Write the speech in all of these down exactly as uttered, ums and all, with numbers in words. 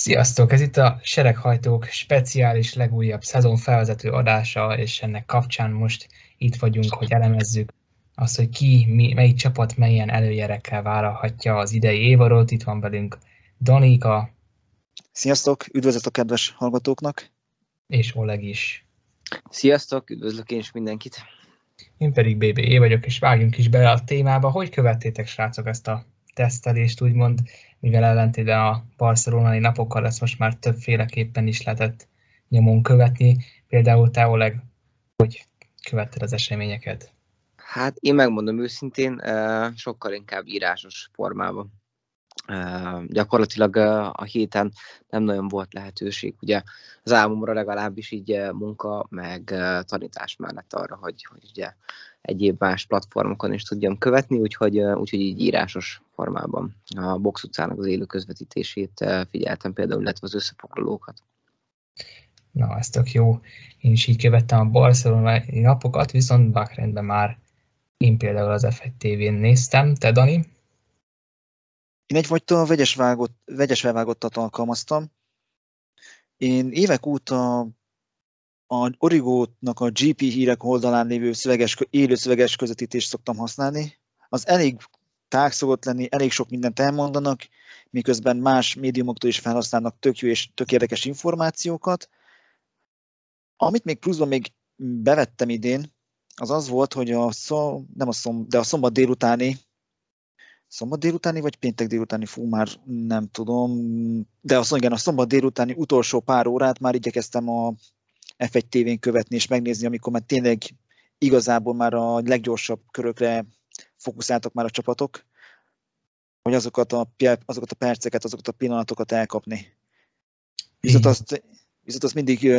Sziasztok! Ez itt a Sereghajtók speciális legújabb szezon felvezető adása, és ennek kapcsán most itt vagyunk, hogy elemezzük azt, hogy ki, mi, melyik csapat melyen előjerekkel vállalhatja az idei évadot. Itt van velünk Danika. Sziasztok! Üdvözlet a kedves hallgatóknak! És Oleg is. Sziasztok! Üdvözlök én is mindenkit! Én pedig bé bé é vagyok, és vágjunk is bele a témába. Hogy követtétek, srácok, ezt a tesztelést, úgymond, mivel ellentétben a barcelonai napokkal ezt most már többféleképpen is lehetett nyomon követni. Például te, Oleg, hogy követted az eseményeket? Hát én megmondom őszintén, sokkal inkább írásos formában. Gyakorlatilag a héten nem nagyon volt lehetőség, ugye az álmomra legalábbis így munka, meg tanítás mellett arra, hogy, hogy ugye egyéb más platformokon is tudjam követni, úgyhogy, úgyhogy így írásos formában a Box utcának az élő közvetítését figyeltem például, illetve az összefoglalókat. Na, ez tök jó. Én is így követtem a barcelonai napokat, viszont Bakrendben már én például az ef egy té vén néztem. Te, Dani? Én egyfajta vegyes, vágott, vegyes felvágottat alkalmaztam. Én évek óta a Origónak a gé pé hírek oldalán lévő szöveges, élő szöveges közvetítést szoktam használni. Az elég tág szokott lenni, elég sok mindent elmondanak, miközben más médiumoktól is felhasználnak tök jó és tök érdekes információkat. Amit még pluszban még bevettem idén, az az volt, hogy a szom, nem a szom, de a szombat délutáni Szombat délutáni, vagy péntek délutáni, fú, már nem tudom, de azt igen, a szombat délutáni utolsó pár órát már igyekeztem a ef egy té vén követni és megnézni, amikor már tényleg igazából már a leggyorsabb körökre fókuszáltak már a csapatok, hogy azokat a, azokat a perceket, azokat a pillanatokat elkapni. Viszont azt, viszont azt mindig,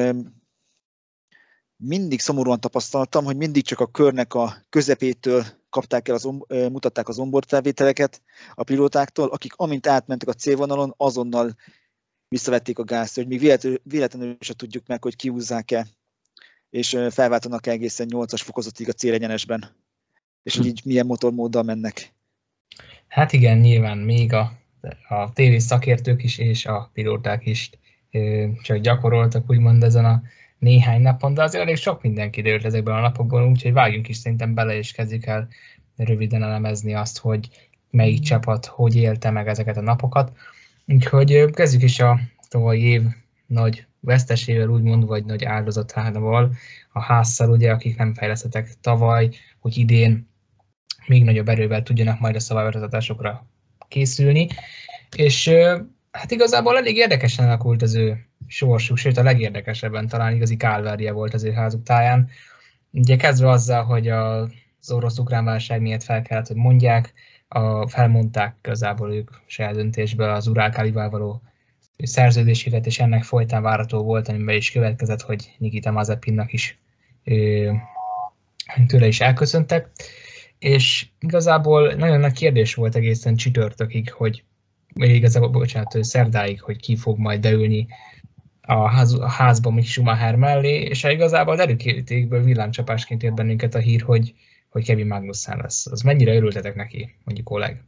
mindig szomorúan tapasztaltam, hogy mindig csak a körnek a közepétől kapták el, az, mutatták az onboard felvételeket a pilótáktól, akik amint átmentek a célvonalon, azonnal visszavették a gázt, hogy még véletlenül, véletlenül se tudjuk meg, hogy kihúzzák-e, és felváltanak egészen nyolcas fokozatig a célegyenesben. És hogy így milyen motormóddal mennek. Hát igen, nyilván még a, a tévé szakértők is, és a pilóták is csak gyakoroltak, úgymond ezen a néhány napon, de azért elég sok minden kiderült ezekben a napokban, úgyhogy vágjunk is szerintem bele, és kezdjük el röviden elemezni azt, hogy melyik csapat hogy élte meg ezeket a napokat. Úgyhogy kezdjük is a tavalyi év nagy vesztesével, úgymond, vagy nagy áldozatával, a Haasszal, ugye, akik nem fejlesztettek tavaly, hogy idén még nagyobb erővel tudjanak majd a szabályváltoztatásokra készülni. És hát igazából elég érdekesen alakult az ő sorsuk, sőt a legérdekesebben talán igazi kálvária volt az ő házuk táján. Ugye kezdve azzal, hogy az orosz-ukrán válság miatt fel kellett, hogy mondják, a, felmondták igazából ők saját döntésből az Uralkalival való szerződésüket, és ennek folytán várható volt, amiben is következett, hogy Nikita Mazepinnak is ő, tőle is elköszöntek. És igazából nagyon nagy kérdés volt egészen csütörtökig, hogy igazából, bocsánat, szerdáig, hogy ki fog majd beülni a, ház, a házba Mick Schumacher mellé, és igazából az előkétékből villámcsapásként ért bennünket a hír, hogy, hogy Kevin Magnussen lesz. Az mennyire örültetek neki, mondjuk Oleg?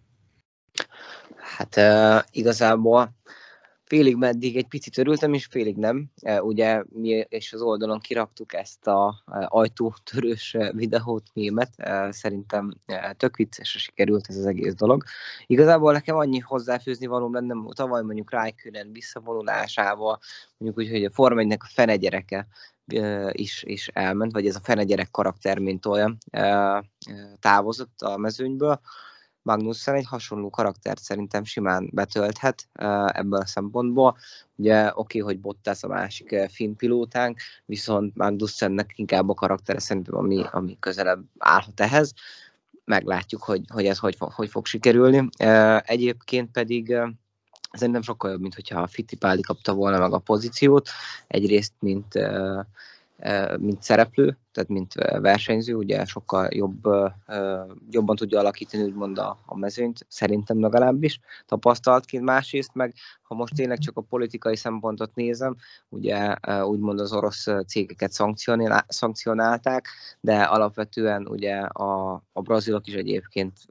Hát uh, igazából félig meddig egy picit örültem, és félig nem. Uh, ugye mi és az oldalon kiraktuk ezt a uh, ajtótörős uh, videót, mémet. Uh, szerintem uh, tök viccesre sikerült ez az egész dolog. Igazából nekem annyi hozzáfűzni valóm lenne, tavaly mondjuk Räikkönen visszavonulásával, mondjuk úgy, hogy a Forma egynek a fene gyereke uh, is, is elment, vagy ez a fene gyerek karakter, mint olyan uh, távozott a mezőnyből. Magnussen egy hasonló karaktert szerintem simán betölthet uh, ebből a szempontból. Ugye oké, okay, hogy Bottas a másik uh, finn pilótánk, viszont Magnussennek inkább a karaktere szerintem, ami, ami közelebb állhat ehhez. Meglátjuk, hogy, hogy ez hogy, hogy fog sikerülni. Uh, egyébként pedig uh, szerintem sokkal jobb, mint hogyha a Fittipaldi kapta volna meg a pozíciót. Egyrészt, mint uh, mint szereplő, tehát mint versenyző, ugye sokkal jobb, jobban tudja alakítani úgymond a, a mezőnyt, szerintem legalábbis tapasztaltként. Másrészt meg, ha most tényleg csak a politikai szempontot nézem, ugye úgymond az orosz cégeket szankcionálták, de alapvetően ugye a, a brazilok is egyébként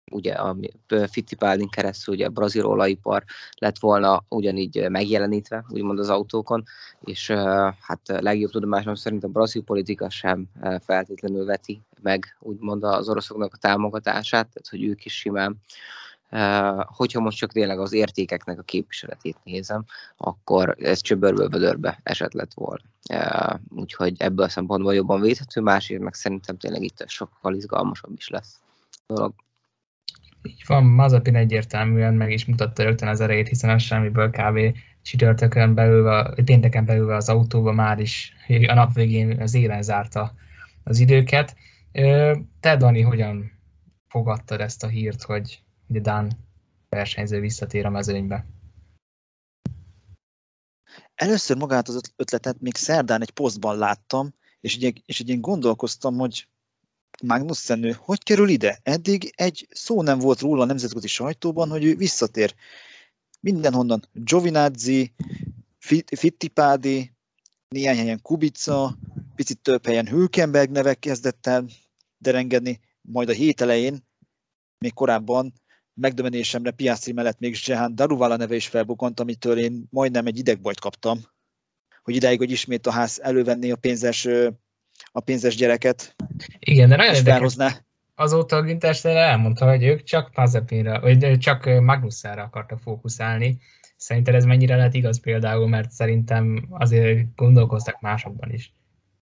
ugye a Fittipaldin keresztül ugye a brazil olajipar lett volna ugyanígy megjelenítve, úgymond az autókon, és hát legjobb tudomásom szerint a brazil politika sem feltétlenül veti meg úgymond az oroszoknak a támogatását, tehát hogy ők is simán, hogyha most csak tényleg az értékeknek a képviseletét nézem, akkor ez csöbörből vödörbe esett lett volna. Úgyhogy ebből a szempontból jobban védhető, másért meg szerintem tényleg itt sokkal izgalmasabb is lesz dolog. Így van, Mazepin egyértelműen meg is mutatta rögtön az erejét, hiszen az semmiből kb. Csütörtökön belülve, pénteken belülve az autóba már is a nap végén az élen zárta az időket. Te, Dani, hogyan fogadtad ezt a hírt, hogy a dán versenyző visszatér a mezőnybe? Először magát az ötletet még szerdán egy posztban láttam, és így, és így én gondolkoztam, hogy Magnussen, hogy kerül ide? Eddig egy szó nem volt róla a nemzetközi sajtóban, hogy ő visszatér. Mindenhonnan Giovinazzi, Fittipaldi, néhány helyen Kubica, picit több helyen Hülkenberg nevek kezdett el derengedni, majd a hét elején, még korábban megdöbbenésemre Piastri mellett még Jehan Daruvala neve is felbukkant, amitől én majdnem egy idegbajt kaptam, hogy idáig, hogy ismét a ház elővenné a pénzes, a pénzes gyereket. Igen, de nagyon érdekes. Azóta a Günther elmondta, hogy ők csak Mazepinre, vagy csak Magnussenre akartak fókuszálni. Szerinted ez mennyire lehet igaz például, mert szerintem azért gondolkoztak másokban is.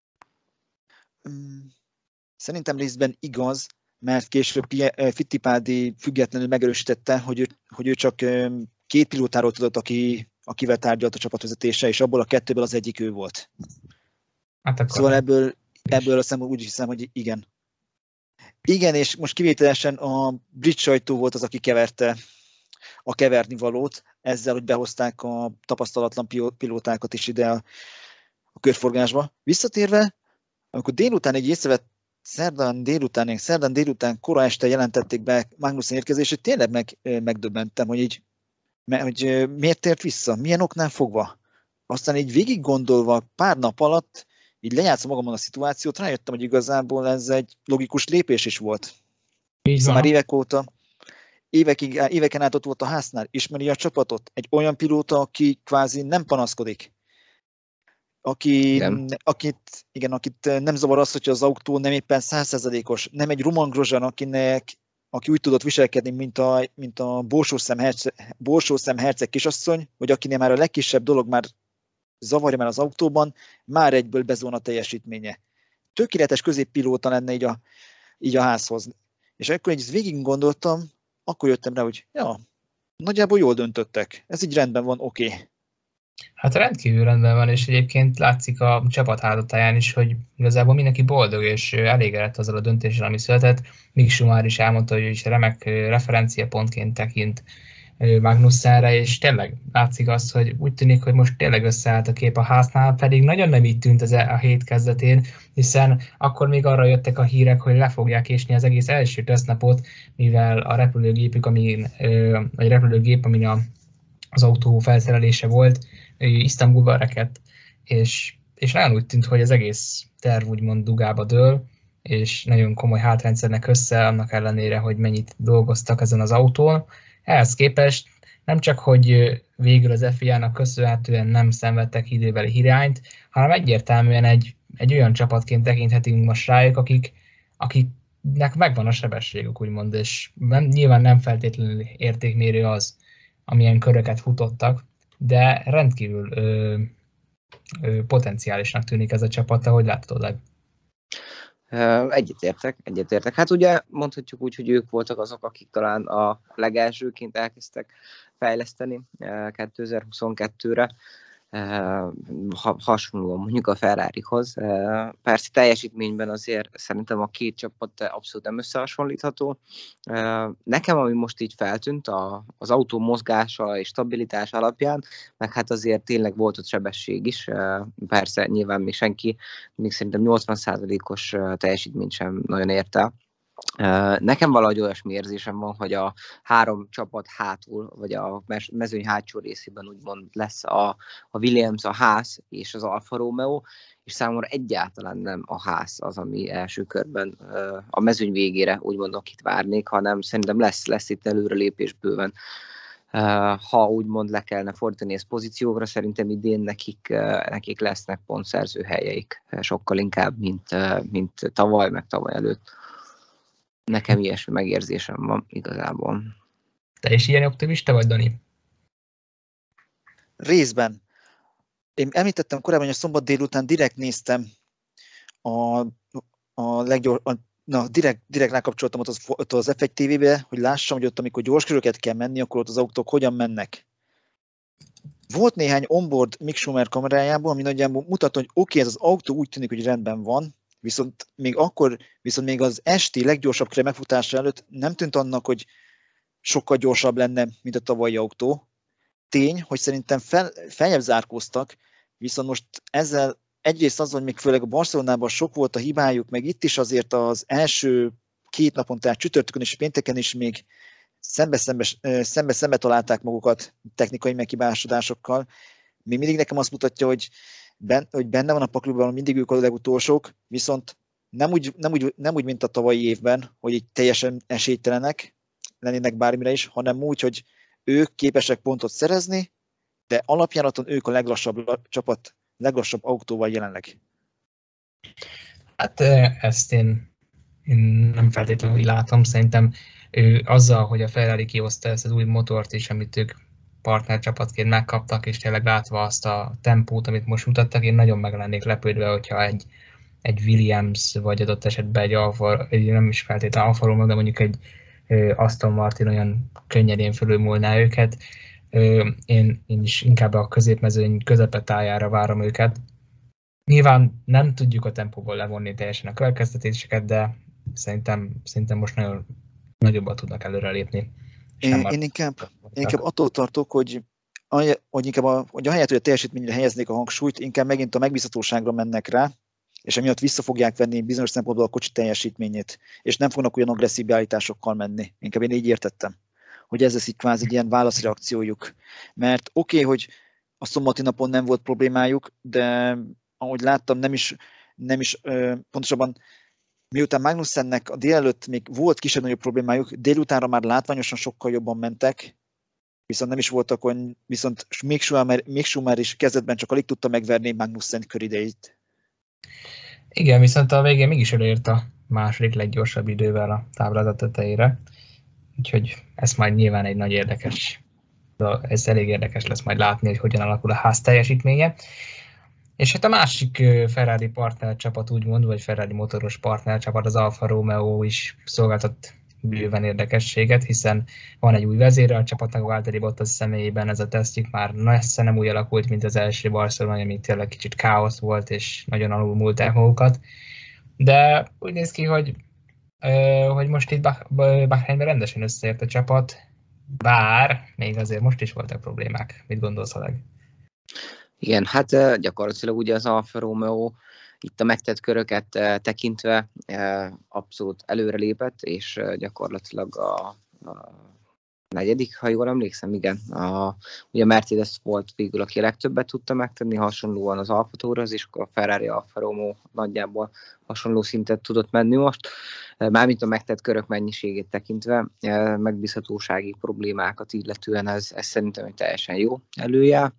Szerintem részben igaz, mert később Fittipaldi függetlenül megerősítette, hogy ő, hogy ő csak két pilótáról tudott, aki, akivel tárgyalt a csapatvezetése, és abból a kettőből az egyik ő volt. Hát szóval ebből, ebből azt úgy hiszem, hogy igen. Igen, és most kivételesen a brit sajtó volt az, aki keverte a keverni valót, ezzel, hogy behozták a tapasztalatlan pilótákat is ide a, a körforgásba. Visszatérve, amikor délután egy észrevett, szerdán délután, szerdán délután kora este jelentették be Magnussen érkezését, tényleg meg, megdöbbentem, hogy így, hogy miért tért vissza, milyen oknál fogva. Aztán így végig gondolva pár nap alatt, így lejátszom magamon a szituációt, rájöttem, hogy igazából ez egy logikus lépés is volt. Szóval már évek óta, évekig, éveken át ott volt a háznál, ismeri a csapatot, egy olyan pilóta, aki kvázi nem panaszkodik. Aki, igen. Akit, igen, akit nem zavar az, hogy az autó nem éppen száz százalékos, nem egy Romain Grosjean, akinek, aki úgy tudott viselkedni, mint a, mint a borsószem herceg, borsószem herceg kisasszony, vagy akinél már a legkisebb dolog már zavarja már az autóban, már egyből bezón a teljesítménye. Tökéletes középpilóta lenne így a, így a házhoz. És akkor így végig gondoltam, akkor jöttem rá, hogy ja, nagyjából jól döntöttek. Ez így rendben van, oké. Okay. Hát rendkívül rendben van, és egyébként látszik a csapat házatáján is, hogy igazából mindenki boldog és elégedett azzal a döntéssel, ami született. Mick Schumacher is elmondta, hogy ő is remek referenciapontként tekint Magnussenre, és tényleg látszik azt, hogy úgy tűnik, hogy most tényleg összeállt a kép a háznál, pedig nagyon nem így tűnt ez a hét kezdetén, hiszen akkor még arra jöttek a hírek, hogy le fogják ésni az egész első tesztnapot, mivel a repülőgépük, amin, vagy repülőgép, amin a, az autó felszerelése volt, Isztambulba rekedt, és, és nagyon úgy tűnt, hogy az egész terv úgymond dugába dől, és nagyon komoly hátrányt szednek össze, annak ellenére, hogy mennyit dolgoztak ezen az autón. Ehhez képest nem csak, hogy végül az ef i á-nak köszönhetően nem szenvedtek időbeli hiányt, hanem egyértelműen egy, egy olyan csapatként tekinthetünk most rájuk, akik, akiknek megvan a sebességük, úgymond, és nem, nyilván nem feltétlenül értékmérő az, amilyen köröket futottak, de rendkívül ö, ö, potenciálisnak tűnik ez a csapat, ahogy látod. Egyetértek, egyetértek. Hát ugye mondhatjuk úgy, hogy ők voltak azok, akik talán a legelsőként elkezdtek fejleszteni kétezer-huszonkettőre, hasonlóan mondjuk a Ferrarihoz. Persze teljesítményben azért szerintem a két csapat abszolút nem összehasonlítható. Nekem, ami most így feltűnt, az autó mozgása és stabilitás alapján, meg hát azért tényleg volt ott sebesség is. Persze nyilván még senki, még szerintem nyolcvan százalékos teljesítményt sem nagyon ért el. Nekem valahogy olyasmi érzésem van, hogy a három csapat hátul, vagy a mezőny hátsó részében úgymond lesz a, a Williams, a Haas és az Alfa Romeo, és számomra egyáltalán nem a Haas az, ami első körben a mezőny végére úgymond akit várnék, hanem szerintem lesz, lesz itt előrelépés bőven. Ha úgymond le kellene fordítani ezt pozíciókra, szerintem idén nekik, nekik lesznek pontszerző helyeik sokkal inkább, mint, mint tavaly, meg tavaly előtt. Nekem ilyesmi megérzésem van igazából. Te is ilyen optimista vagy, Dani? Részben. Én említettem korábban, hogy a szombat délután direkt néztem a, a leggyors, a, na, direkt, direkt rákapcsoltam ott az, ott az ef egy té vébe, hogy lássam, hogy ott amikor gyors köröket kell menni, akkor ott az autók hogyan mennek. Volt néhány onboard Mick Schumer kamerájából, ami nagyjából mutatta, hogy oké, okay, ez az autó úgy tűnik, hogy rendben van, viszont még akkor, viszont még az esti leggyorsabb kör megfutása előtt nem tűnt annak, hogy sokkal gyorsabb lenne, mint a tavalyi autó. Tény, hogy szerintem fel, feljebb zárkóztak, viszont most ezzel egyrészt az, hogy még főleg a Barcelonában sok volt a hibájuk, meg itt is azért az első két napon, tehát csütörtökön és pénteken is még szembe-szembe, szembe-szembe találták magukat technikai meghibásodásokkal. Még mindig nekem azt mutatja, hogy Ben, hogy benne van a pakliban, mindig ők a legutolsók, viszont nem úgy, nem, úgy, nem úgy, mint a tavalyi évben, hogy így teljesen esélytelenek lennének bármire is, hanem úgy, hogy ők képesek pontot szerezni, de alapjáraton ők a leglassabb csapat, leglassabb autóval jelenleg. Hát ezt én, én nem feltétlenül látom, szerintem ő azzal, hogy a Ferrari kihozta ezt az új motort is, amit ők partnercsapatként megkaptak, és tényleg látva azt a tempót, amit most mutattak, én nagyon meg lennék lepődve, hogyha egy, egy Williams, vagy adott esetben egy Alfa, nem is feltétlenül Alfa Romeo, de mondjuk egy Aston Martin olyan könnyedén fölülmúlná őket. Én, én is inkább a középmezőny közepetájára várom őket. Nyilván nem tudjuk a tempóból levonni teljesen a következtetéseket, de szerintem, szerintem most nagyon nagyobbat tudnak előrelépni. Én, én inkább, én inkább attól tartok, hogy, hogy, inkább a, hogy ahelyett, hogy a teljesítményre helyeznék a hangsúlyt, inkább megint a megbízhatóságra mennek rá, és emiatt vissza fogják venni bizonyos szempontból a kocsi teljesítményét, és nem fognak olyan agresszív beállításokkal menni. Inkább én így értettem, hogy ez lesz így kvázi egy ilyen válaszreakciójuk. Mert oké, okay, hogy a szombati napon nem volt problémájuk, de ahogy láttam, nem is, nem is pontosabban miután Magnussennek a délelőtt még volt kisebb-nagyobb problémájuk, délutánra már látványosan sokkal jobban mentek, viszont nem is voltak olyan, viszont Mick Schumer, Mick Schumer is kezdetben csak alig tudta megverni Magnussen köridejét. Igen, viszont a végén mégis elért a második leggyorsabb idővel a táblázat tetejére, úgyhogy ez majd nyilván egy nagy érdekes, ez elég érdekes lesz majd látni, hogy hogyan alakul a ház teljesítménye. És hát a másik Ferrari partnercsapat úgymond, vagy Ferrari motoros partnercsapat, az Alfa Romeo is szolgáltat bőven érdekességet, hiszen van egy új vezére a csapatnak, Valtteri Bottas személyében, ez a tesztjük már messze nem úgy alakult, mint az első Barcelona, ami tényleg kicsit káosz volt, és nagyon alul múlták magukat. De úgy néz ki, hogy, hogy most itt Bahreinben rendesen összeért a csapat, bár még azért most is voltak problémák. Mit gondolsz, Oleg? Igen, hát gyakorlatilag ugye az Alfa Romeo itt a megtett köröket tekintve abszolút előrelépett, és gyakorlatilag a, a negyedik, ha jól emlékszem, igen. A, ugye a Mercedes volt végül, aki a legtöbbet tudta megtenni, hasonlóan az Alfa Taurihoz, és a Ferrari, Alfa Romeo nagyjából hasonló szintet tudott menni most. Mármint a megtett körök mennyiségét tekintve, megbízhatósági problémákat illetően ez, ez szerintem egy teljesen jó előjel.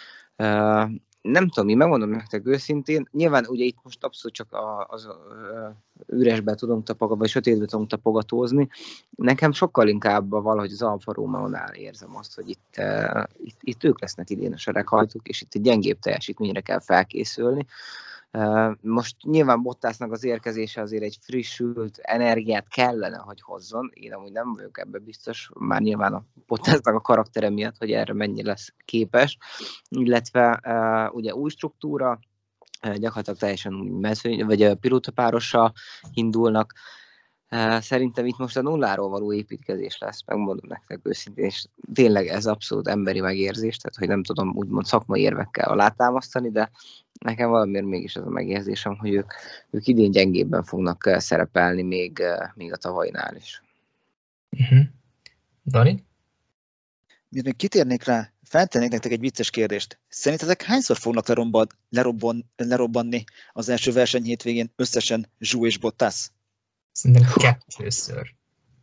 Uh, nem tudom, én megmondom nektek őszintén, nyilván ugye itt most abszolút csak a, az a, üresbe tudunk tapogatni, vagy sötétbe tudunk tapogatózni. Nekem sokkal inkább valahogy az Alfa Romeo-nál érzem azt, hogy itt, uh, itt, itt ők lesznek idén a sereghajtók, és itt egy gyengébb teljesítményre kell felkészülni. Uh, most nyilván Bottasnak az érkezése azért egy frissült energiát kellene, hogy hozzon. Én amúgy nem vagyok ebben biztos, már nyilván a Bottasnak a karaktere miatt, hogy erre mennyi lesz képes. Illetve uh, ugye új struktúra, uh, gyakorlatilag teljesen új mezőny, vagy a pilótapárossal indulnak. Uh, szerintem itt most a nulláról való építkezés lesz, megmondom nektek őszintén, és tényleg ez abszolút emberi megérzés, tehát hogy nem tudom úgymond szakmai érvekkel alátámasztani, de nekem valamiért mégis az a megérzésem, hogy ők, ők idén gyengébben fognak szerepelni, még, még a tavainál is. Uh-huh. Dani? Miért még kitérnék rá, feltennék nektek egy vicces kérdést. Szerintetek hányszor fognak lerobban, lerobban, lerobbanni az első verseny hétvégén összesen Zhou és Bottas? Szerintem kettőször.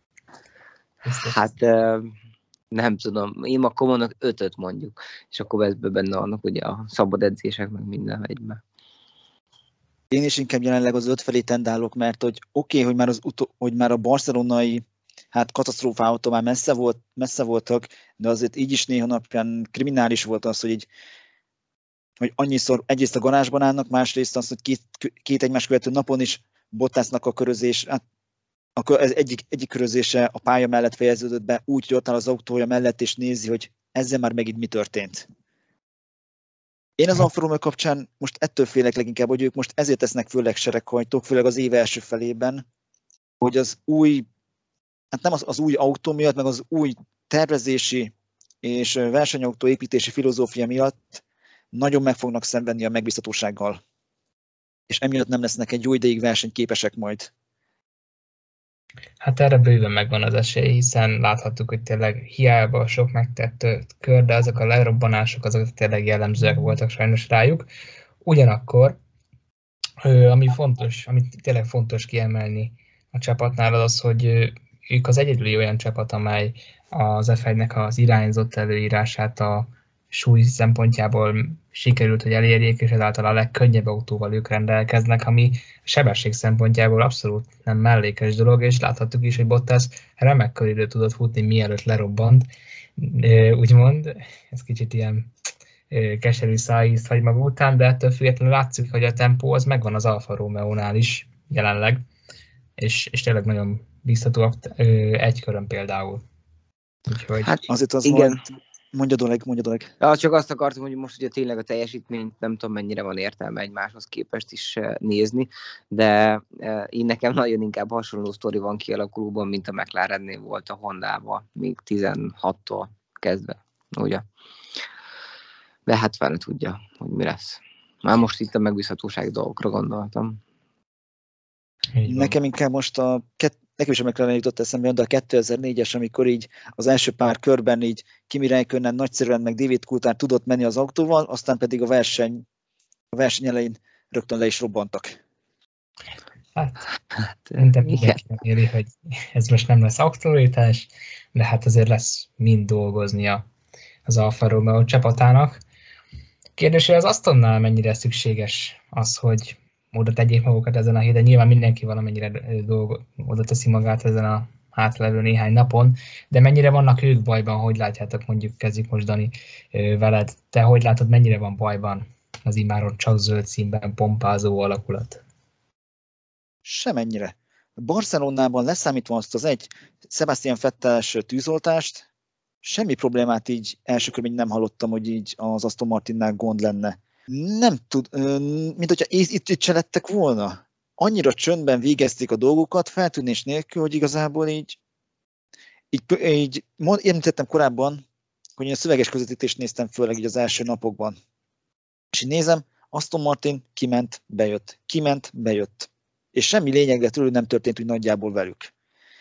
Hát nem tudom, én akkor mondok ötöt mondjuk, és akkor ezben benne vannak ugye a szabad edzések, meg minden egyben. Én is inkább jelenleg az öt felé tendálok, mert hogy oké, okay, hogy már az utó, hogy már a barcelonai hát katasztrófától már messze, volt, messze voltak, de azért így is néha napján kriminális volt az, hogy így hogy annyiszor egyrészt a garázsban állnak, másrészt az, hogy két, két egymás követő napon is Bottasnak a körözés, hát az egyik, egyik körözése a pálya mellett fejeződött be, úgy, hogy ott áll az autója mellett, és nézi, hogy ezzel már megint mi történt. Én az Alfa Romeo kapcsán most ettől félek leginkább, hogy ők most ezért tesznek főleg sereghajtók, főleg az év első felében, hogy az új, hát nem az, az új autó miatt, meg az új tervezési és versenyautó építési filozófia miatt nagyon meg fognak szenvedni a megbízhatósággal. És emiatt nem lesznek egy jó ideig versenyképesek majd. Hát erre bőven megvan az esély, hiszen láthattuk, hogy tényleg hiába sok megtett kör, de azok a lerobbanások, azok tényleg jellemzőek voltak sajnos rájuk. Ugyanakkor, ami fontos, amit tényleg fontos kiemelni a csapatnál, az az, hogy ők az egyedüli olyan csapat, amely az ef egynek az irányzott előírását a súly szempontjából sikerült, hogy elérjék, és ezáltal a legkönnyebb autóval ők rendelkeznek, ami sebesség szempontjából abszolút nem mellékes dolog, és láthattuk is, hogy Bottas remek köridőt tudott futni, mielőtt lerobbant, úgymond. Ez kicsit ilyen keserű szájízt hagy maga után, de ettől függetlenül látszik, hogy a tempó az megvan az Alfa Romeo-nál is jelenleg, és, és tényleg nagyon biztatóak egy körön például. Úgyhogy... Hát azért az igen. volt... Mondjad, Oleg, mondjad, Oleg. Ja, csak azt akartam, hogy most ugye tényleg a teljesítményt nem tudom, mennyire van értelme egymáshoz képest is nézni, de én nekem nagyon inkább hasonló sztori van kialakulóban, mint a McLarennél volt a Hondával, még tizenhattól kezdve, ugye? De hát fel ne tudja, hogy mi lesz. Már most itt a megbízhatósági dolgokra gondoltam. Nekem inkább most a nekem is a McLaren jutott eszembe, de a kétezer-négyes, amikor így az első pár körben így Kimi Räikkönen nagyszerűen meg David Coulthard tudott menni az autóval, aztán pedig a verseny, a verseny elején rögtön le is robbantak. Hát, minden mindenki éri, hogy ez most nem lesz aktualitás, de hát azért lesz mind dolgoznia az Alfa Romeo csapatának. Kérdés, hogy az Astonnál mennyire szükséges az, hogy oda tegyék magukat ezen a héten. Nyilván mindenki valamennyire dolgo, oda teszi magát ezen a hátlevő néhány napon, de mennyire vannak ők bajban, hogy látjátok, mondjuk kezdjük most, Dani, veled. Te hogy látod, mennyire van bajban az imáron csak zöld színben pompázó alakulat? Semennyire. Barcelonában leszámítva azt az egy Sebastian Vettel-es tűzoltást, semmi problémát így első körben nem hallottam, hogy így az Aston Martinnál gond lenne. Nem tud, mint hogyha itt, itt se lettek volna. Annyira csöndben végezték a dolgokat, feltűnés nélkül, hogy igazából így, így, így említettem korábban, hogy én a szöveges közvetítést néztem főleg így az első napokban. És így nézem, Aston Martin kiment, bejött, kiment, bejött. És semmi lényegre nem történt úgy nagyjából velük.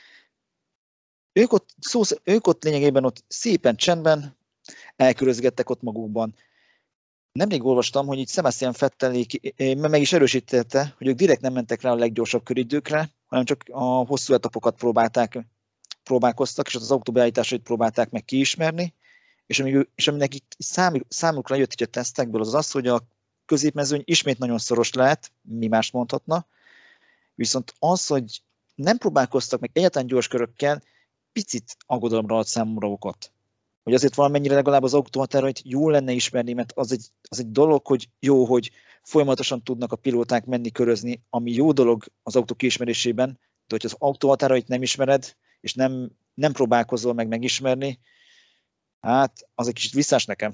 Ők ott, szó, ők ott lényegében ott szépen csendben elkörözgettek ott magukban. Nemrég olvastam, hogy így Sebastian Vettel meg is erősítette, hogy ők direkt nem mentek rá a leggyorsabb köridőkre, hanem csak a hosszú etapokat próbálták, próbálkoztak, és az autóbeállításait próbálták meg kiismerni, és ami, és ami nekik szám, számukra jött így a tesztekből, az az, hogy a középmezőny ismét nagyon szoros lehet, mi más mondhatna, viszont az, hogy nem próbálkoztak meg egyáltalán gyors körökkel, picit aggodalomra ad számomra okot. Hogy azért valamennyire legalább az autóhatárait jó lenne ismerni, mert az egy, az egy dolog, hogy jó, hogy folyamatosan tudnak a pilóták menni körözni, ami jó dolog az autó kiismerésében, de hogyha az autóhatárait nem ismered, és nem, nem próbálkozol meg megismerni, hát az egy kicsit visszás nekem.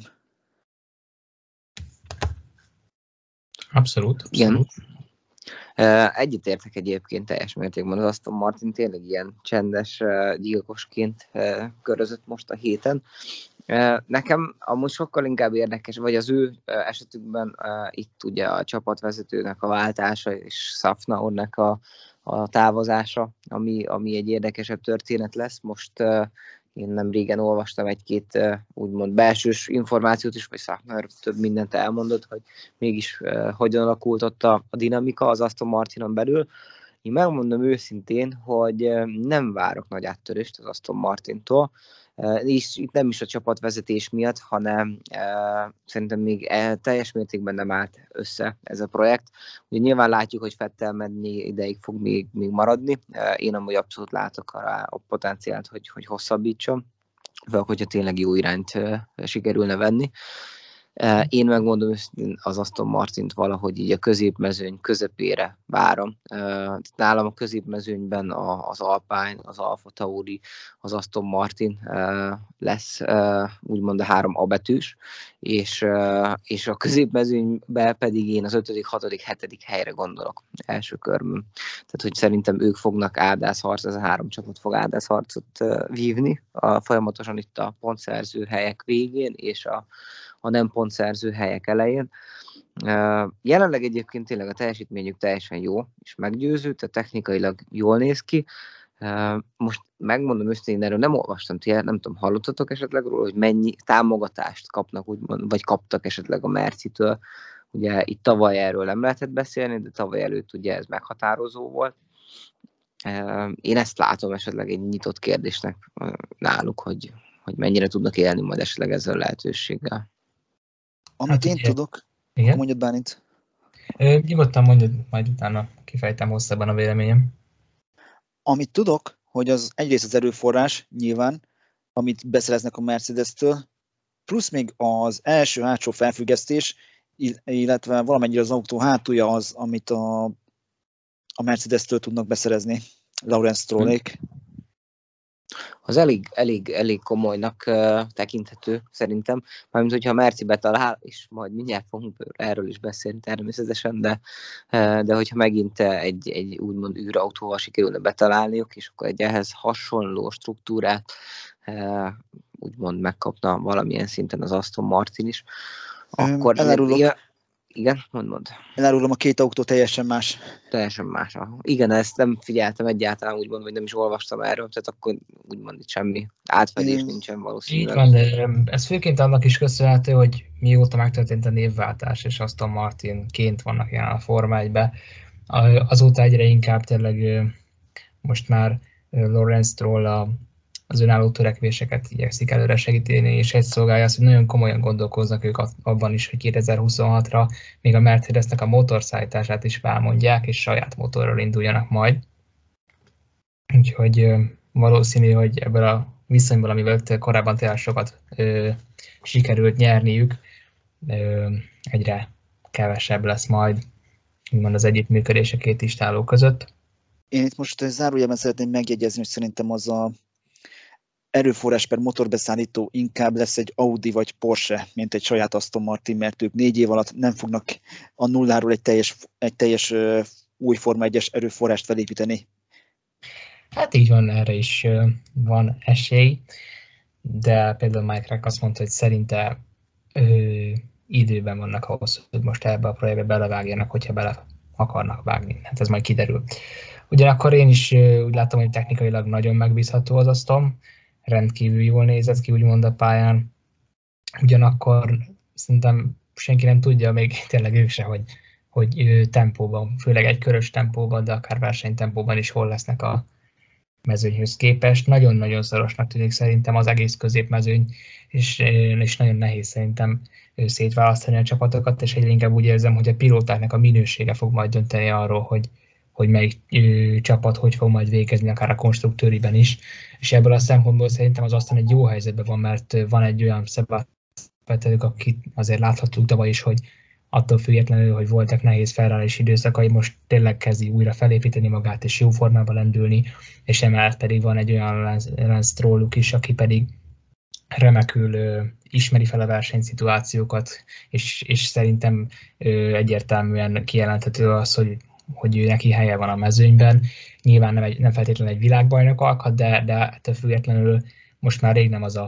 Abszolút. abszolút. Igen. Egyetértek egyébként teljes mértékben, az Aston Martin tényleg ilyen csendes gyilkosként körözött most a héten. Nekem amúgy sokkal inkább érdekes, vagy az ő esetükben itt ugye a csapatvezetőnek a váltása és Szafnaurnak a, a távozása, ami, ami egy érdekesebb történet lesz. Most én nem régen olvastam egy-két úgymond belsős információt is, vagy Szafnaur több mindent elmondott, hogy mégis hogyan alakult ott a, a dinamika az Aston Martinon belül. Én megmondom őszintén, hogy nem várok nagy áttörést az Aston Martintól, és itt nem is a csapatvezetés miatt, hanem uh, szerintem még teljes mértékben nem állt össze ez a projekt. Ugye nyilván látjuk, hogy Vettel mennyi ideig fog még, még maradni. Uh, én amúgy abszolút látok rá a potenciált, hogy, hogy hosszabbítson, vagy hogyha tényleg jó irányt uh, sikerülne venni. Uh, én megmondom, hogy az Aston Martint valahogy így a középmezőny közepére várom. Uh, nálam a középmezőnyben a, az Alpine, az Alfa Tauri, az Aston Martin uh, lesz uh, úgymond a három A betűs, és, uh, és a középmezőnyben pedig én az ötödik, hatodik, hetedik helyre gondolok első körben. Tehát, hogy szerintem ők fognak áldászharc, ez a három csapat fog áldászharcot uh, vívni, a, folyamatosan itt a pontszerző helyek végén, és a a nem pontszerző helyek elején. Uh, jelenleg egyébként tényleg a teljesítményük teljesen jó, és meggyőző, tehát technikailag jól néz ki. Uh, most megmondom őszintén, erről nem olvastam, ti nem tudom, hallottatok esetleg róla, hogy mennyi támogatást kapnak, úgymond, vagy kaptak esetleg a Mercitől. Ugye itt tavaly erről nem lehetett beszélni, de tavaly előtt ugye ez meghatározó volt. Uh, én ezt látom esetleg egy nyitott kérdésnek uh, náluk, hogy, hogy mennyire tudnak élni majd esetleg ezzel a lehetőséggel. Amit hát, én ugye, tudok, igen? akkor mondjad Bálint. Ö, nyugodtan mondjad, majd utána kifejtem hosszabban a véleményem. Amit tudok, hogy az egyrészt az erőforrás nyilván, amit beszereznek a Mercedes-től, plusz még az első hátsó felfüggesztés, illetve valamennyire az autó hátulja az, amit a, a Mercedes-től tudnak beszerezni. Lawrence Strollék. Az elég, elég, elég komolynak uh, tekinthető szerintem, mármint hogyha a Merci betalál, és majd mindjárt fogunk erről is beszélni természetesen, de, uh, de hogyha megint egy, egy úgymond űrautóval sikerülne betalálniuk, és akkor egy ehhez hasonló struktúrát uh, úgymond megkapna valamilyen szinten az Aston Martin is, akkor... Elárulok. Igen, mondd, mondd. Elárulom, a két autó teljesen más. Teljesen más. Igen, ezt nem figyeltem egyáltalán, úgymond, vagy nem is olvastam erről, tehát akkor úgymond itt semmi átfedés mm. nincsen valószínűleg. Így van, de ez főként annak is köszönhető, hogy mióta megtörtént a névváltás, és Aston Martinként vannak ilyen a Forma egyben, azóta egyre inkább tényleg most már Lawrence Stroll a az önálló törekvéseket igyekszik előre segíteni, és egy szolgálja azt, hogy nagyon komolyan gondolkoznak ők abban is, hogy kétezer-huszonhatra még a Mercedesnek a motorszállítását is felmondják, és saját motorral induljanak majd. Úgyhogy valószínű, hogy ebből a viszonyból, amivel korábban tényleg sokat ö, sikerült nyerniük, ö, egyre kevesebb lesz majd úgymond az együttműködés a két istáló között. Én itt most zárójelben szeretném megjegyezni, hogy szerintem az a erőforrás per motorbeszállító inkább lesz egy Audi vagy Porsche, mint egy saját Aston Martin, mert ők négy év alatt nem fognak a nulláról egy teljes, egy teljes uh, új Forma egyes erőforrást felépíteni. Hát így van, erre is uh, van esély, de például Mike Rack azt mondta, hogy szerinte uh, időben vannak ahhoz, hogy most ebbe a projektbe belevágjanak, hogyha bele akarnak vágni. Hát ez majd kiderül. Ugyanakkor én is uh, úgy látom, hogy technikailag nagyon megbízható az Aston, rendkívül jól nézett ki, úgymond a pályán. Ugyanakkor szerintem senki nem tudja, még tényleg ők se, hogy, hogy tempóban, főleg egy körös tempóban, de akár versenytempóban is hol lesznek a mezőnyhöz képest. Nagyon-nagyon szorosnak tűnik szerintem az egész középmezőny, és, és nagyon nehéz szerintem szétválasztani a csapatokat, és egyre inkább úgy érzem, hogy a pilótáknak a minősége fog majd dönteni arról, hogy hogy melyik ö, csapat hogy fog majd végezni, akár a konstruktőriben is. És ebből a szempontból szerintem az aztán egy jó helyzetben van, mert van egy olyan Sebastian, akit azért láthattuk tavaly is, hogy attól függetlenül, hogy voltak nehéz Ferrari-s időszakai, most tényleg kezdi újra felépíteni magát, és jó formában lendülni, és emellett pedig van egy olyan Lance Strolluk is, aki pedig remekül ö, ismeri fel a versenyszituációkat, és, és szerintem ö, egyértelműen kijelenthető az, hogy hogy ő neki helye van a mezőnyben. Nyilván nem, egy, nem feltétlenül egy világbajnok alkat, de, de ettől függetlenül most már rég nem az a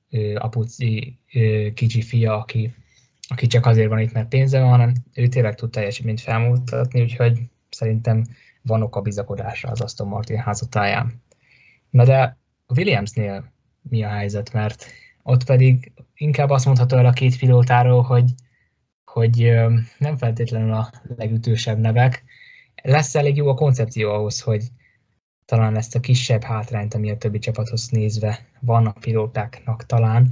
apuci kicsi fia, aki, aki csak azért van itt, mert pénze van, hanem ő tényleg tud teljesítményt felmutatni, úgyhogy szerintem van ok a bizakodásra az Aston Martin házatáján. Na de a Williamsnél mi a helyzet, mert ott pedig inkább azt mondható el a két pilótáról, hogy, hogy nem feltétlenül a legütősebb nevek. Lesz elég jó a koncepció ahhoz, hogy talán ezt a kisebb hátrányt, ami a többi csapathoz nézve van a pilótáknak talán,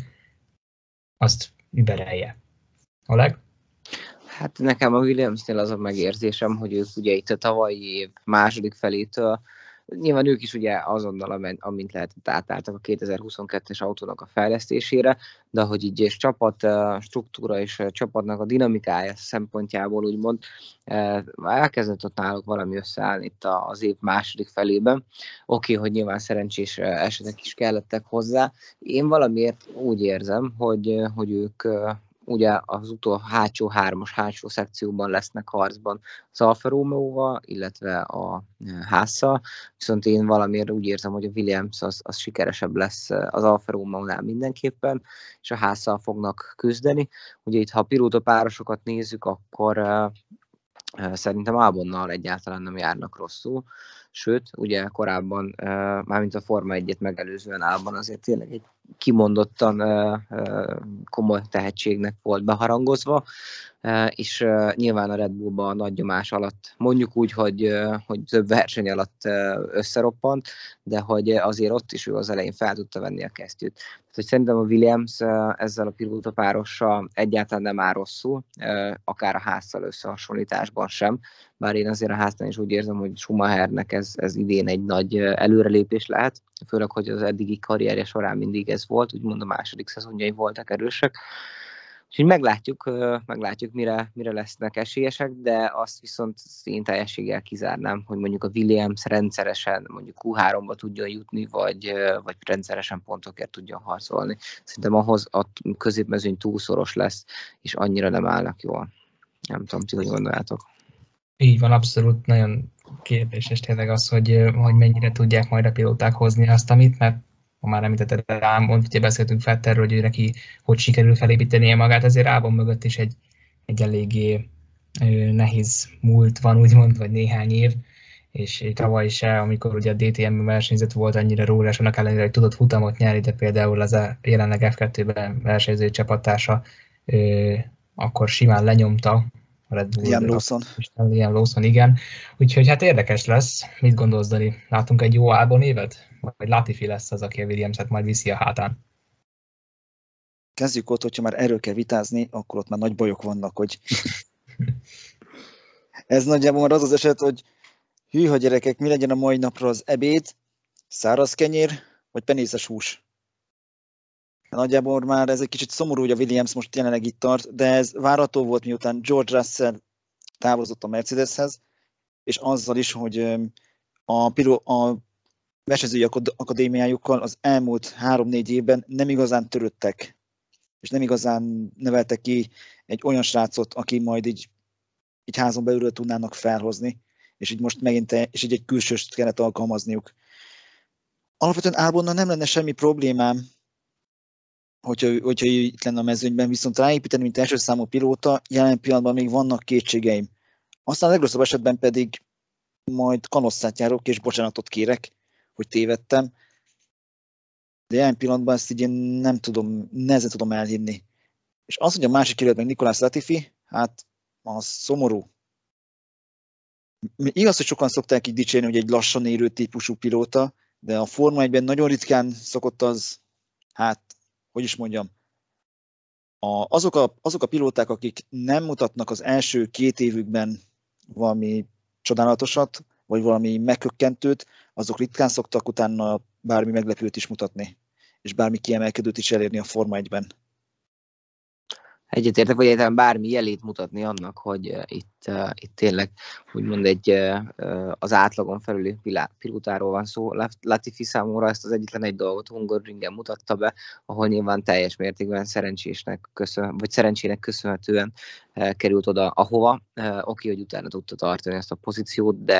azt überelje. Oleg? Hát nekem a Williamsnél az a megérzésem, hogy ők ugye itt a tavalyi év második felétől, nyilván ők is ugye azonnal, amint lehetett átálltak a kétezer-huszonkettes autónak a fejlesztésére, de hogy így és csapat struktúra és csapatnak a dinamikája szempontjából úgymond elkezdett ott náluk valami összeállni itt az év második felében. Oké, okay, hogy nyilván szerencsés esetek is kellettek hozzá. Én valamiért úgy érzem, hogy, hogy ők ugye az utol hátsó hármas hátsó szekcióban lesznek harcban az Alfa Romeo-val, illetve a Haas-szal, viszont én valamiért úgy érzem, hogy a Williams az, az sikeresebb lesz az Alfa Romeo-nál mindenképpen, és a Haas-szal fognak küzdeni. Ugye itt, ha a pilótapárosokat nézzük, akkor uh, szerintem Albonnal egyáltalán nem járnak rosszul, sőt, ugye korábban, uh, mármint a Forma egyet megelőzően Albon azért tényleg egy kimondottan uh, uh, komoly tehetségnek volt beharangozva, uh, és uh, nyilván a Red Bullban a nagy nyomás alatt, mondjuk úgy, hogy, uh, hogy több verseny alatt uh, összeroppant, de hogy azért ott is ő az elején fel tudta venni a kesztyűt. Tehát, hogy szerintem a Williams uh, ezzel a pilótapárossal egyáltalán nem áll rosszul, uh, akár a Haas-szal összehasonlításban sem, bár én azért a Haasnál is úgy érzem, hogy Schumachernek ez, ez idén egy nagy előrelépés lehet, főleg, hogy az eddigi karrierje során mindig ez volt, úgymond a második szezonjai voltak erősek. Úgyhogy meglátjuk, meglátjuk mire, mire lesznek esélyesek, de azt viszont én teljességgel kizárnám, hogy mondjuk a Williams rendszeresen mondjuk kú háromba tudjon jutni, vagy, vagy rendszeresen pontokért tudjon harcolni. Szerintem ahhoz a középmezőny túlszoros lesz, és annyira nem állnak jól. Nem tudom, ti hogy gondoljátok. Így van, abszolút nagyon kérdéses tényleg az, hogy, hogy mennyire tudják majd a pilóták hozni azt, amit, mert ha már említetted rám, ugye beszéltünk Vettelről, hogy neki hogy sikerül felépítenie magát, azért Albon mögött is egy, egy eléggé nehéz múlt van, úgymond, vagy néhány év, és tavaly is, amikor ugye a dé té em versenyzet volt annyira rólás, annak ellenére, hogy tudott futamot nyerni, de például az a jelenleg ef kettőben versenyző csapattársa akkor simán lenyomta a Red Bull. Liam Lawson. Liam Lawson, igen. Úgyhogy hát érdekes lesz. Mit gondolsz, Dani? Látunk egy jó Albon évet? Vagy Latifi lesz az, aki a Williams-et majd viszi a hátán? Kezdjük ott, hogyha már erről kell vitázni, akkor ott már nagy bajok vannak, hogy ez nagyjából már az az eset, hogy hűha gyerekek, mi legyen a mai napra az ebéd, száraz kenyér, vagy penészes hús? Nagyjából már ez egy kicsit szomorú, hogy a Williams most jelenleg itt tart, de ez várható volt, miután George Russell távozott a Mercedeshez, és azzal is, hogy a, a versenyzői akadémiájukkal az elmúlt három-négy évben nem igazán törődtek, és nem igazán neveltek ki egy olyan srácot, aki majd így, így házon belülről tudnának felhozni, és így most megint és így egy külsőst kellett alkalmazniuk. Alapvetően Albonnal nem lenne semmi problémám, hogyha, hogyha itt lenne a mezőnyben, viszont ráépíteni, mint első számú pilóta, jelen pillanatban még vannak kétségeim. Aztán a legrosszabb esetben pedig majd kanosszát járok, és bocsánatot kérek, hogy tévedtem. De jelen pillanatban ezt így én nem tudom, nehezen tudom elhinni. És az, hogy a másik jelölt meg Nicolas Latifi, hát az szomorú. Igaz, hogy sokan szokták így dicsérni, hogy egy lassan érő típusú pilóta, de a Forma egyben nagyon ritkán szokott az, hát, hogy is mondjam, a, azok, a, azok a pilóták, akik nem mutatnak az első két évükben valami csodálatosat, vagy valami megkökkentőt, azok ritkán szoktak utána bármi meglepőt is mutatni, és bármi kiemelkedőt is elérni a Forma egyben. Egyetértek, vagy egyáltalán bármi jelét mutatni annak, hogy uh, itt, uh, itt tényleg úgymond egy uh, az átlagon felüli pilótáról van szó. Latifi számomra ezt az egyetlen egy dolgot Hungaroringen mutatta be, ahol nyilván teljes mértékben szerencsésnek köszön, vagy szerencsének köszönhetően uh, került oda, ahova. Uh, Oké, hogy utána tudta tartani ezt a pozíciót, de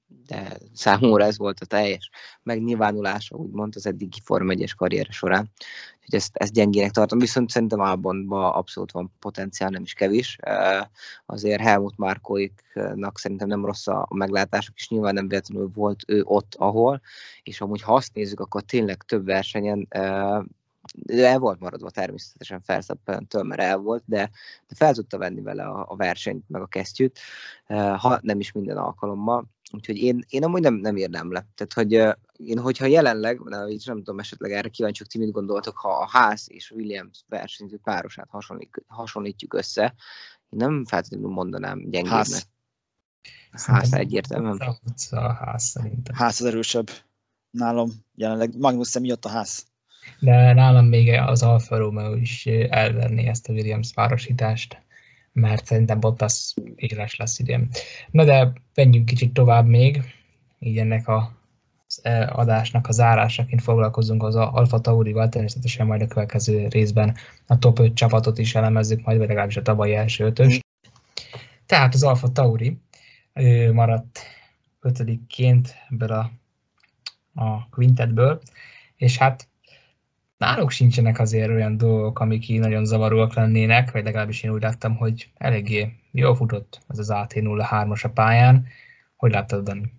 de számomra ez volt a teljes megnyilvánulása, úgymond az eddigi Forma egyes karriere során. Úgyhogy ezt, ezt gyengének tartom, viszont szerintem Albonban abszolút van potenciál, nem is kevés. Azért Helmut Markoiknak szerintem nem rossz a meglátások, és nyilván nem véletlenül volt ő ott, ahol, és amúgy ha azt nézzük, akkor tényleg több versenyen el volt maradva természetesen Verstappentől, mert el volt, de, de fel tudta venni vele a, a versenyt, meg a kesztyűt, ha nem is minden alkalommal. Úgyhogy én, én amúgy nem, nem érdem le. Tehát, hogy én, hogyha jelenleg, nem, nem tudom, esetleg erre kíváncsiak, ti mit gondoltok, ha a Haas és Williams versenyző párosát hasonlít, hasonlítjuk össze, én nem feltétlenül mondanám gyengébbnek. Haas. Haas egyértelműen. A Haas szerintem. Haas az erősebb nálam jelenleg. Magnussen miatt a Haas. De nálam még az Alfa Romeo is elvenné ezt a Williams párosítást, mert szerintem Bottas éles lesz idén. Na de menjünk kicsit tovább még, így ennek az adásnak a zárásaként foglalkozunk az Alfa Taurival, természetesen majd a következő részben a top öt csapatot is elemezzük, majd vagy legalábbis a tavalyi első ötös. Tehát az Alfa Tauri maradt ötödikként ebből a, a quintetből, és hát náluk sincsenek azért olyan dolgok, amik így nagyon zavaróak lennének, vagy legalábbis én úgy láttam, hogy eléggé jól futott az az á té nulla hármas a pályán. Hogy láttad, Dani?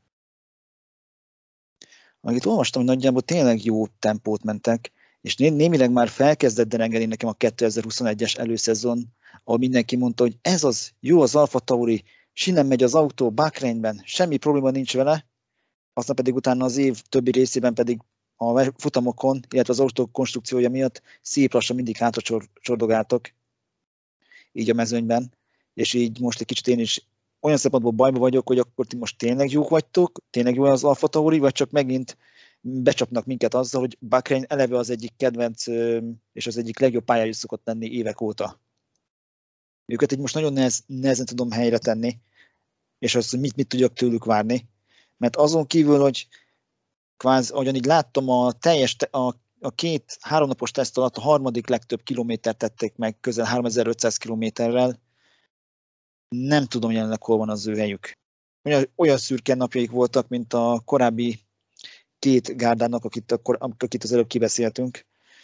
Amit olvastam, hogy nagyjából tényleg jó tempót mentek, és né- némileg már felkezdett derengeni nekem a kétezer-huszonegyes előszezon, ahol mindenki mondta, hogy ez az, jó az Alfa Tauri, sinem megy az autó, Bahreinben, semmi probléma nincs vele, aztán pedig utána az év többi részében pedig a futamokon, illetve az autó konstrukciója miatt szép lassan mindig hátra csordogáltak így a mezőnyben, és így most egy kicsit én is olyan szempontból bajba vagyok, hogy akkor ti most tényleg jók vagytok, tényleg jó az Alfa Tauri, vagy csak megint becsapnak minket azzal, hogy Bahrein eleve az egyik kedvenc és az egyik legjobb pályájuk szokott lenni évek óta. Őket így most nagyon nehez, nehezen tudom helyre tenni, és azt, hogy mit, mit tudjak tőlük várni, mert azon kívül, hogy kvázi, ahogyan így láttam, a teljes, a, a két háromnapos teszt alatt a harmadik legtöbb kilométert tették meg, közel háromezer-ötszáz kilométerrel. Nem tudom jelenleg, hol van az ő helyük. Olyan, olyan szürke napjaik voltak, mint a korábbi két gárdának, akit, akkor, akit az előbb kibeszéltünk.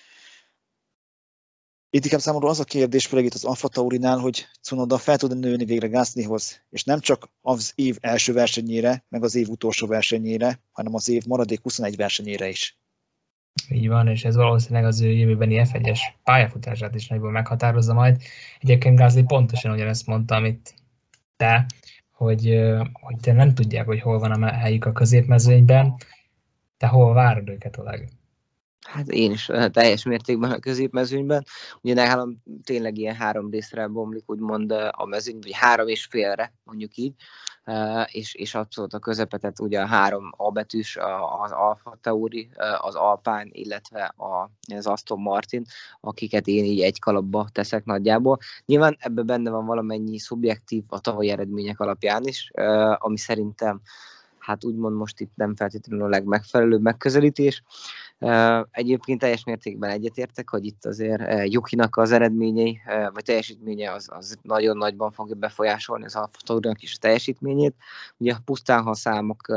Itt inkább számomra az a kérdés, főleg itt az Alfa Taurinál, hogy Tsunoda fel tud nőni végre Gaslyhoz, és nem csak az év első versenyére, meg az év utolsó versenyére, hanem az év maradék huszonegy versenyére is. Így van, és ez valószínűleg az ő jövőbeni ef egyes pályafutását is nagyból meghatározza majd. Egyébként Gasly pontosan ugyanezt mondta, amit te, hogy, hogy te nem tudják, hogy hol van a helyük a középmezőnyben, te hol várod őket, Oleg? Hát én is teljes mértékben a középmezőnyben. Ugye nálam tényleg ilyen három részre bomlik, úgymond a mezőny, vagy három és félre, mondjuk így, és, és abszolút a közepetet ugye a három A betűs, az Alfa Tauri, az Alpine, illetve az Aston Martin, akiket én így egy kalapba teszek nagyjából. Nyilván ebben benne van valamennyi szubjektív a tavalyi eredmények alapján is, ami szerintem hát úgymond most itt nem feltétlenül a legmegfelelőbb megközelítés. Egyébként teljes mértékben egyetértek, hogy itt azért Yukinak az eredményei, vagy teljesítménye az, az nagyon nagyban fogja befolyásolni az Alfa Taurinak is a teljesítményét. Ugye pusztán, ha a számok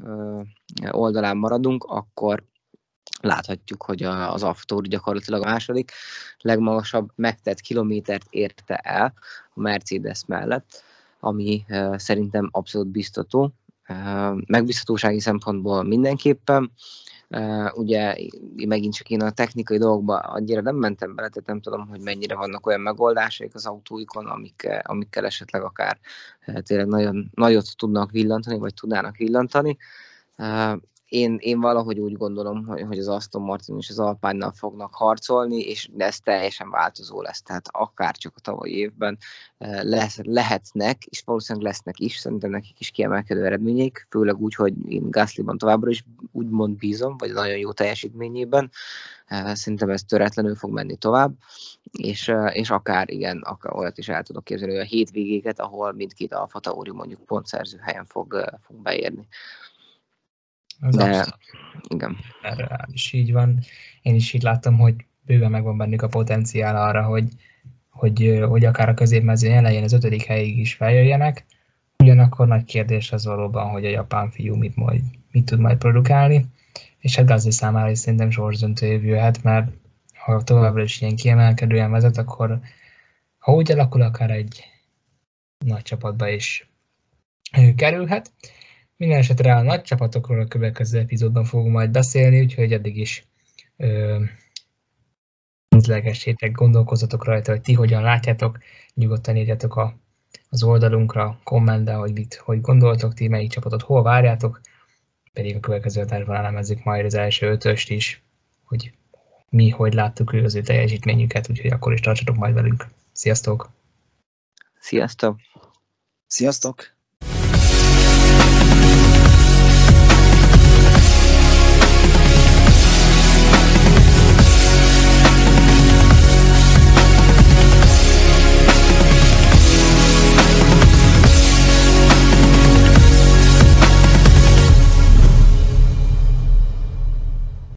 oldalán maradunk, akkor láthatjuk, hogy az Alfa Tauri gyakorlatilag a második legmagasabb megtett kilométert érte el a Mercedes mellett, ami szerintem abszolút biztató. Megbízhatósági szempontból mindenképpen. Uh, ugye megint csak én a technikai dolgokba annyira nem mentem bele, tehát nem tudom, hogy mennyire vannak olyan megoldásaik az autóikon, amik, amikkel esetleg akár uh, tényleg nagyon nagyot tudnak villantani, vagy tudnának villantani. Uh, én, én valahogy úgy gondolom, hogy, hogy az Aston Martin és az Alpine-nal fognak harcolni, és ez teljesen változó lesz, tehát akár csak a tavalyi évben uh, lesz, lehetnek, és valószínűleg lesznek is, szerintem nekik is kiemelkedő eredményeik, főleg úgy, hogy én Gaslyban továbbra is úgymond bízom, vagy nagyon jó teljesítményében, uh, szerintem ez töretlenül fog menni tovább, és, uh, és akár igen, akár olyat is el tudok képzelni, hogy a hétvégéket, ahol mindkét Alfa Tauri mondjuk pontszerző helyen fog, uh, fog beérni. Az De, abszolút. igen. Erre is így van. Én is így láttam, hogy bőven megvan bennük a potenciál arra, hogy, hogy, hogy akár a középmezőny elején az ötödik helyig is feljöjjenek. Ugyanakkor nagy kérdés az valóban, hogy a japán fiú mit, majd, mit tud majd produkálni, és hát Gasly számára is szerintem sorsdöntő év jöhet, mert ha továbbra is ilyen kiemelkedően vezet, akkor ha úgy alakul, akár egy nagy csapatba is kerülhet. Minden esetre a nagy csapatokról a következő epizódban fogunk majd beszélni, úgyhogy eddig is ízlegessétek, gondolkozzatok rajta, hogy ti hogyan látjátok, nyugodtan írjatok a, az oldalunkra, kommentbe, hogy mit, hogy gondoltok ti, melyik csapatot hol várjátok, pedig a következő adásban elemezzük majd az első ötöst is, hogy mi, hogy láttuk az ő teljesítményüket, úgyhogy akkor is tartsatok majd velünk. Sziasztok! Sziasztok! Sziasztok!